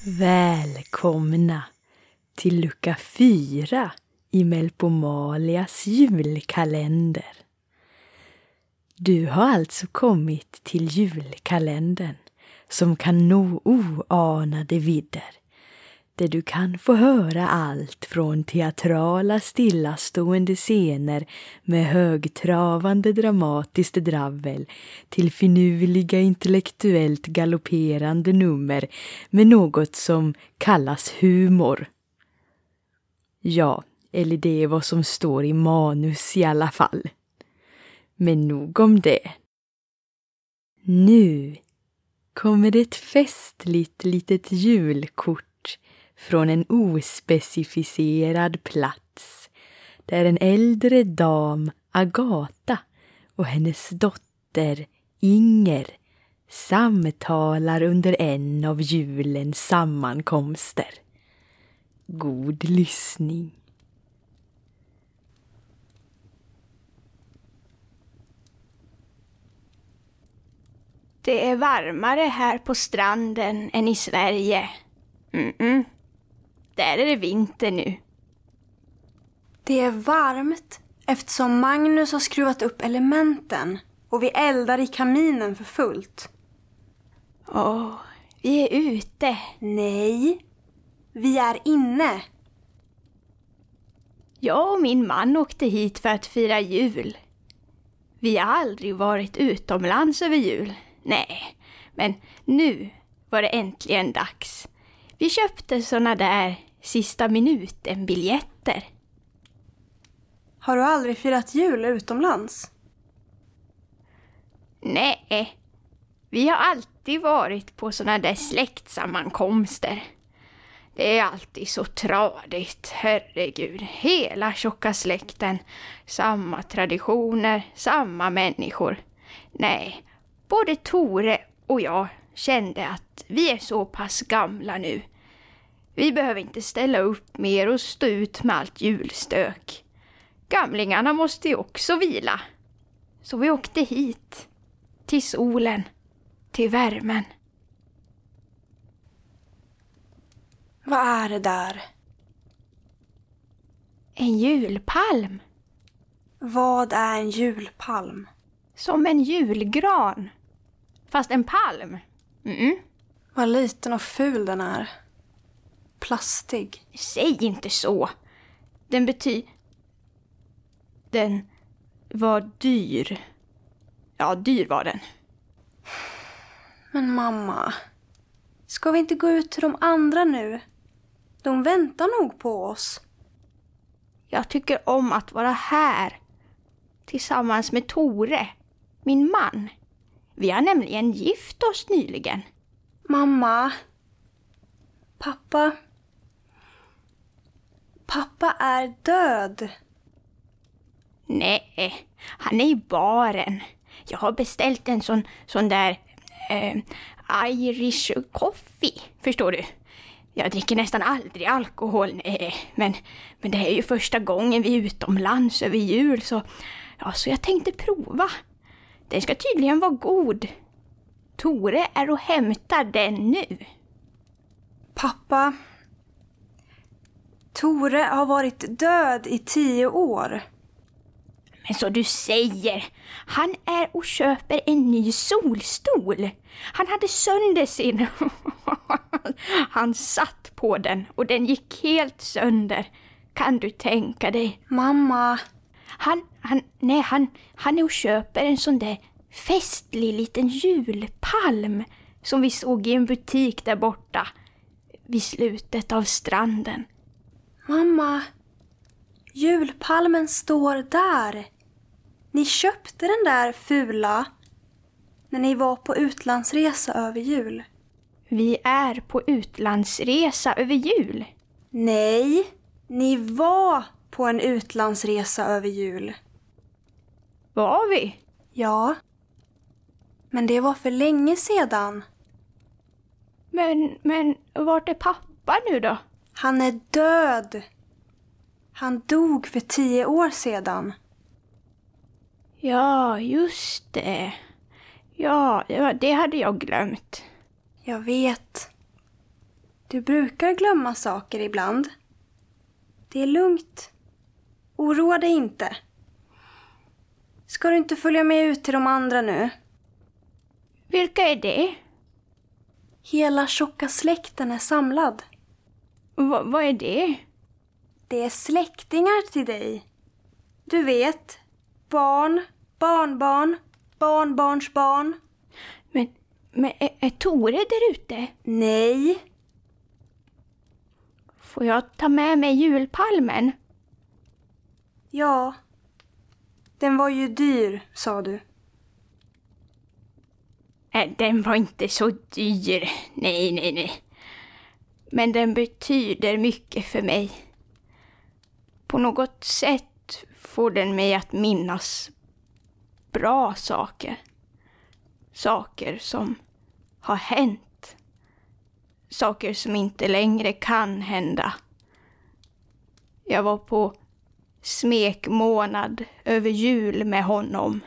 Välkomna till lucka 4 i Melpomalias julkalender. Du har alltså kommit till julkalendern som kan nå oanade vidder. Där du kan få höra allt från teatrala stillastående scener med högtravande dramatiskt dravel till finurliga intellektuellt galopperande nummer med något som kallas humor. Ja, eller det är vad som står i manus i alla fall. Men nog om det. Nu kommer det ett festligt litet julkort från en ospecificerad plats där en äldre dam, Agatha, och hennes dotter Inger samtalar under en av julens sammankomster. God lyssning. Det är varmare här på stranden än i Sverige. Där är det vinter nu. Det är varmt eftersom Magnus har skruvat upp elementen och vi eldar i kaminen för fullt. Vi är ute. Nej, vi är inne. Jag och min man åkte hit för att fira jul. Vi har aldrig varit utomlands över jul. Nej, men nu var det äntligen dags. Vi köpte såna där sista minuten-biljetter. Har du aldrig firat jul utomlands? Nej, vi har alltid varit på såna där släktsammankomster. Det är alltid så tradigt, herregud. Hela tjocka släkten, samma traditioner, samma människor. Nej, både Tore och jag kände att vi är så pass gamla nu. Vi behöver inte ställa upp mer och stå ut med allt julstök. Gamlingarna måste ju också vila. Så vi åkte hit. Till solen. Till värmen. Vad är det där? En julpalm. Vad är en julpalm? Som en julgran. Fast en palm. Vad liten och ful den är. Plastig. Säg inte så. Den var dyr. Ja, dyr var den. Men mamma, ska vi inte gå ut till de andra nu? De väntar nog på oss. Jag tycker om att vara här. Tillsammans med Tore, min man. Vi har nämligen gift oss nyligen. Mamma. Pappa är död. Nej, han är i baren. Jag har beställt en sån där Irish coffee, förstår du? Jag dricker nästan aldrig alkohol, nej. Men det är ju första gången vi är utomlands över jul, så jag tänkte prova. Den ska tydligen vara god. Tore är och hämtar den nu. Pappa, Tore har varit död i 10 år. Men så du säger, han är och köper en ny solstol. Han hade sönder sin. Han satt på den och den gick helt sönder. Kan du tänka dig? Mamma. Han är och köper en sån där festlig liten julpalm som vi såg i en butik där borta vid slutet av stranden. Mamma, julpalmen står där. Ni köpte den där fula när ni var på utlandsresa över jul. Vi är på utlandsresa över jul. Nej, ni var på en utlandsresa över jul. Var vi? Ja, men det var för länge sedan. Men vart är pappa nu då? Han är död. Han dog för 10 år sedan. Ja, just det. Ja, det hade jag glömt. Jag vet. Du brukar glömma saker ibland. Det är lugnt. Oroa dig inte. Ska du inte följa med ut till de andra nu? Vilka är det? Hela tjocka släkten är samlad. Vad är det? Det är släktingar till dig. Du vet, barn, barnbarn, barnbarnsbarn. Men är Tore där ute? Nej. Får jag ta med mig julpalmen? Ja. Den var ju dyr, sa du. Den var inte så dyr. Nej. Men den betyder mycket för mig. På något sätt får den mig att minnas bra saker. Saker som har hänt. Saker som inte längre kan hända. Jag var på smekmånad över jul med honom.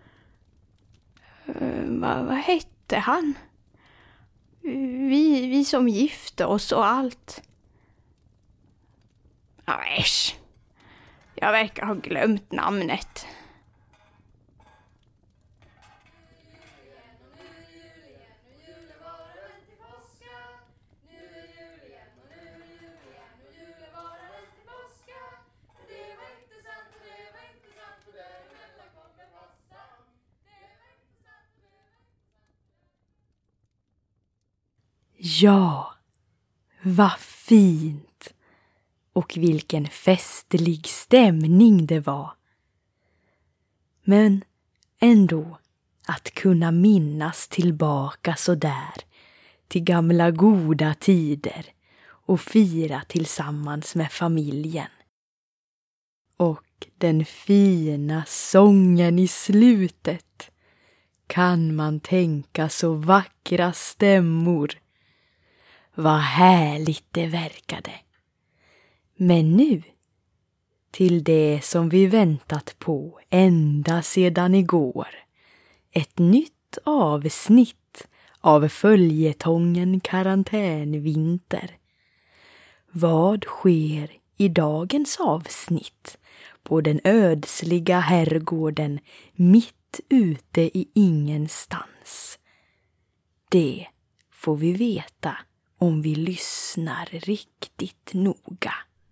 Vad hette han? Vi som gifte oss och allt. Äsch. Jag verkar ha glömt namnet. Ja, vad fint! Och vilken festlig stämning det var. Men ändå att kunna minnas tillbaka så där till gamla goda tider och fira tillsammans med familjen. Och den fina sången i slutet. Kan man tänka så vackra stämmor. Vad härligt det verkade. Men nu, till det som vi väntat på ända sedan igår. Ett nytt avsnitt av följetongen Karantänvinter. Vad sker i dagens avsnitt på den ödsliga herrgården mitt ute i ingenstans? Det får vi veta om vi lyssnar riktigt noga.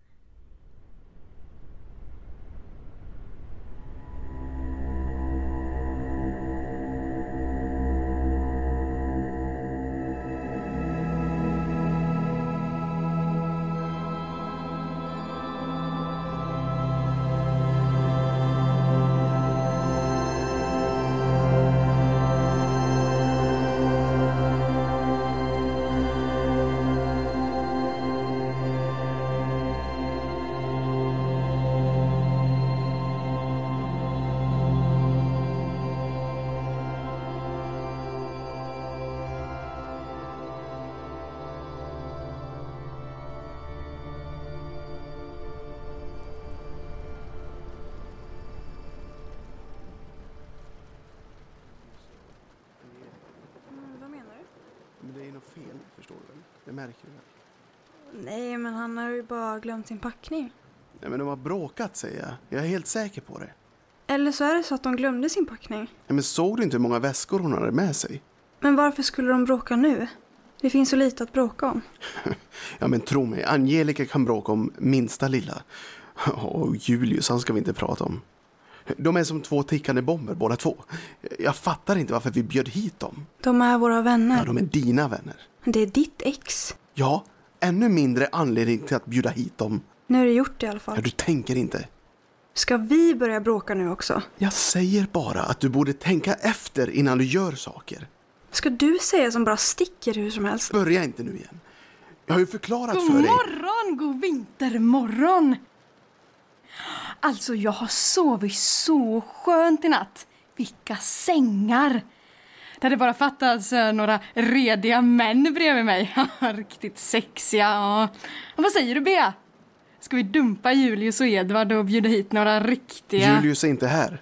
Men det är något fel, förstår du väl? Det märker du väl? Nej, men han har ju bara glömt sin packning. Nej, men de har bråkat, säger jag. Jag är helt säker på det. Eller så är det så att de glömde sin packning. Nej, men såg du inte hur många väskor hon hade med sig? Men varför skulle de bråka nu? Det finns så lite att bråka om. Ja, men tro mig, Angelica kan bråka om minsta lilla. Och Julius, han ska vi inte prata om. De är som 2 tickande bomber, båda 2. Jag fattar inte varför vi bjöd hit dem. De är våra vänner. Ja, de är dina vänner. Det är ditt ex. Ja, ännu mindre anledning till att bjuda hit dem. Nu är det gjort i alla fall. Ja, du tänker inte. Ska vi börja bråka nu också? Jag säger bara att du borde tänka efter innan du gör saker. Ska du säga som bara sticker hur som helst? Börja inte nu igen. Jag har ju förklarat God för dig. morgon, god vintermorgon! Alltså, jag har sovit så skönt i natt. Vilka sängar! Det hade bara fattats några rediga män bredvid mig. Riktigt sexiga. Och vad säger du, Bea? Ska vi dumpa Julius och Edvard och bjuda hit några riktiga... Julius är inte här.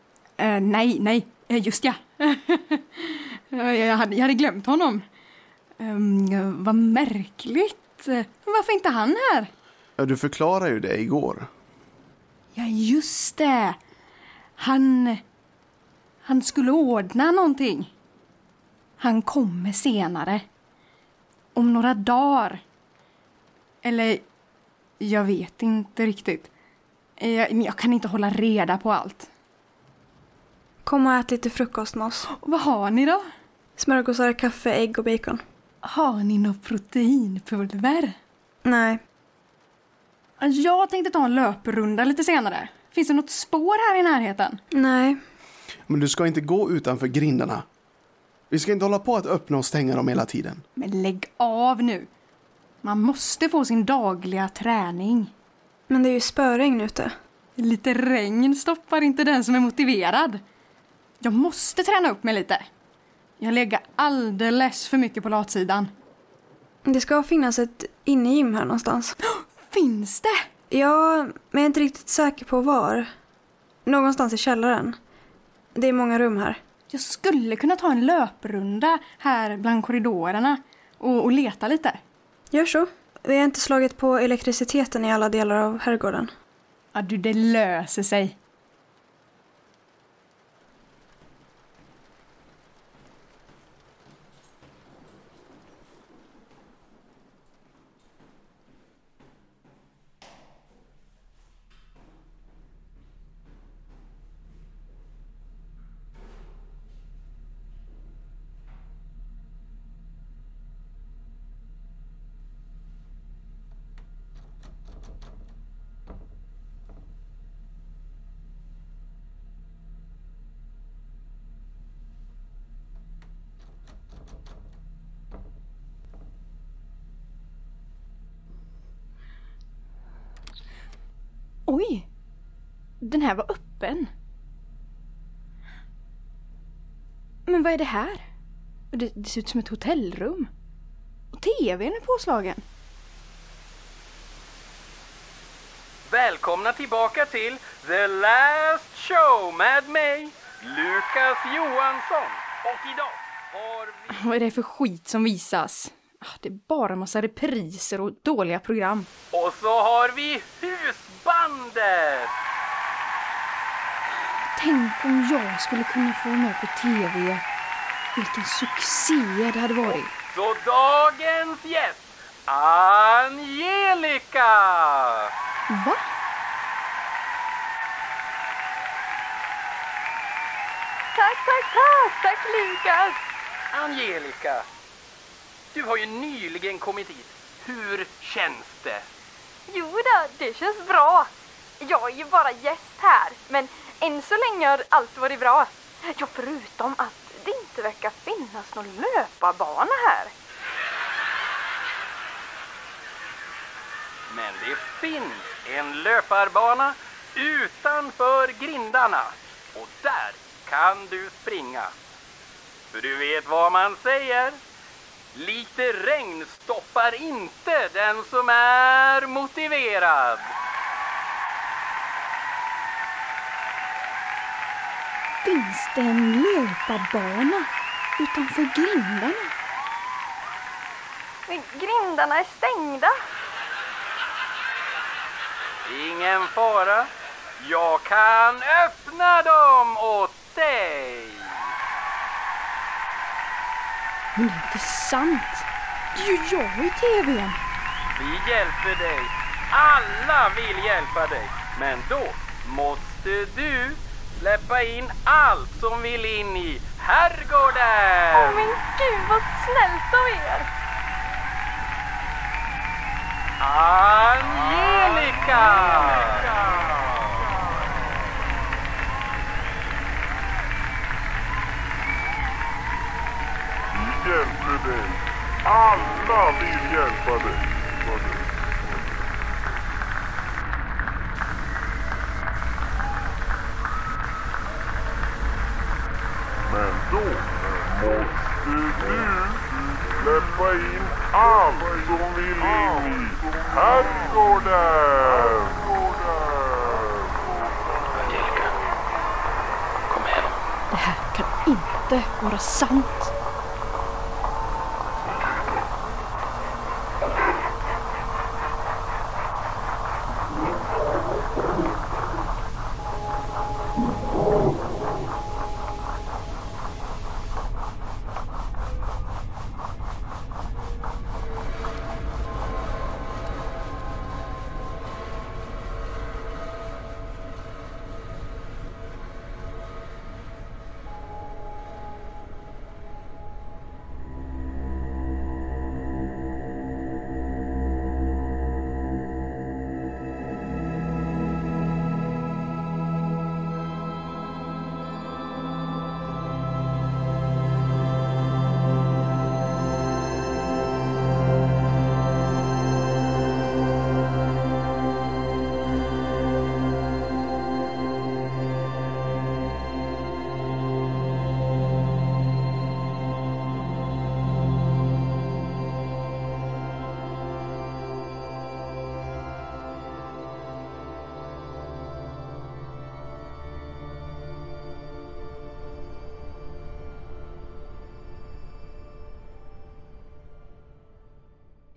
Nej, just ja. Jag hade glömt honom. Vad märkligt. Varför inte han här? Ja, du förklarade ju det igår. Ja, just det. Han skulle ordna någonting. Han kommer senare. Om några dagar. Eller, jag vet inte riktigt. Jag kan inte hålla reda på allt. Kom och ät lite frukost med oss. Vad har ni då? Smörgåsar, kaffe, ägg och bacon. Har ni något proteinpulver? Nej. Jag tänkte ta en löprunda lite senare. Finns det något spår här i närheten? Nej. Men du ska inte gå utanför grindarna. Vi ska inte hålla på att öppna och stänga dem hela tiden. Men lägg av nu. Man måste få sin dagliga träning. Men det är ju spöregn ute. Lite regn stoppar inte den som är motiverad. Jag måste träna upp mig lite. Jag lägger alldeles för mycket på latsidan. Det ska finnas ett innegym här någonstans. Finns det? Ja, men jag är inte riktigt säker på var. Någonstans i källaren. Det är många rum här. Jag skulle kunna ta en löprunda här bland korridorerna och leta lite. Gör så. Vi har inte slagit på elektriciteten i alla delar av herrgården. Ja, det löser sig. Oj, den här var öppen. Men vad är det här? Det ser ut som ett hotellrum. Och tvn är påslagen. Välkomna tillbaka till The Last Show med mig, Lukas Johansson. Och idag har vi... Vad är det för skit som visas? Det är bara en massa repriser och dåliga program. Och så har vi Husbandet! Tänk om jag skulle kunna få med på tv. Vilken succé det hade varit. Så dagens gäst, Angelica! Va? Tack Lukas! Angelica, du har ju nyligen kommit hit. Hur känns det? Jo då, det känns bra. Jag är ju bara gäst här, men än så länge har allt varit bra. Ja, förutom att det inte verkar finnas någon löparbana här. Men det finns en löparbana utanför grindarna. Och där kan du springa. För du vet vad man säger. Lite regn stoppar inte den som är motiverad. Finns det en löparbana utanför grindarna? Men grindarna är stängda. Ingen fara. Jag kan öppna dem åt dig. Men det är inte sant. Det är ju jag i tvn. Vi hjälper dig. Alla vill hjälpa dig. Men då måste du släppa in allt som vill in i herrgården. Men gud, vad snällt av er. Angelica! Vi hjälper dig. Alla vill hjälpa dig. Men då måste du släppa in allt som vill in i herrgården. Angelica, kom hem. Det här kan inte vara sant.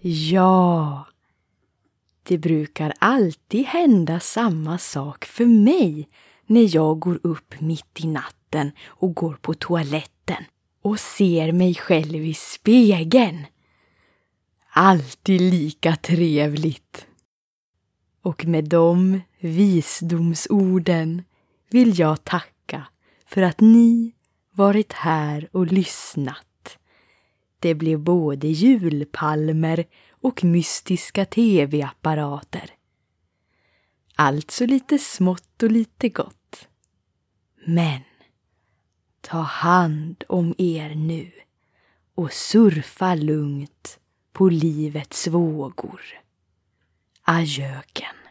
Ja, det brukar alltid hända samma sak för mig när jag går upp mitt i natten och går på toaletten och ser mig själv i spegeln. Alltid lika trevligt. Och med de visdomsorden vill jag tacka för att ni varit här och lyssnat. Det blev både julpalmer och mystiska tv-apparater. Alltså lite smått och lite gott. Men ta hand om er nu och surfa lugnt på livets vågor. Adjöken.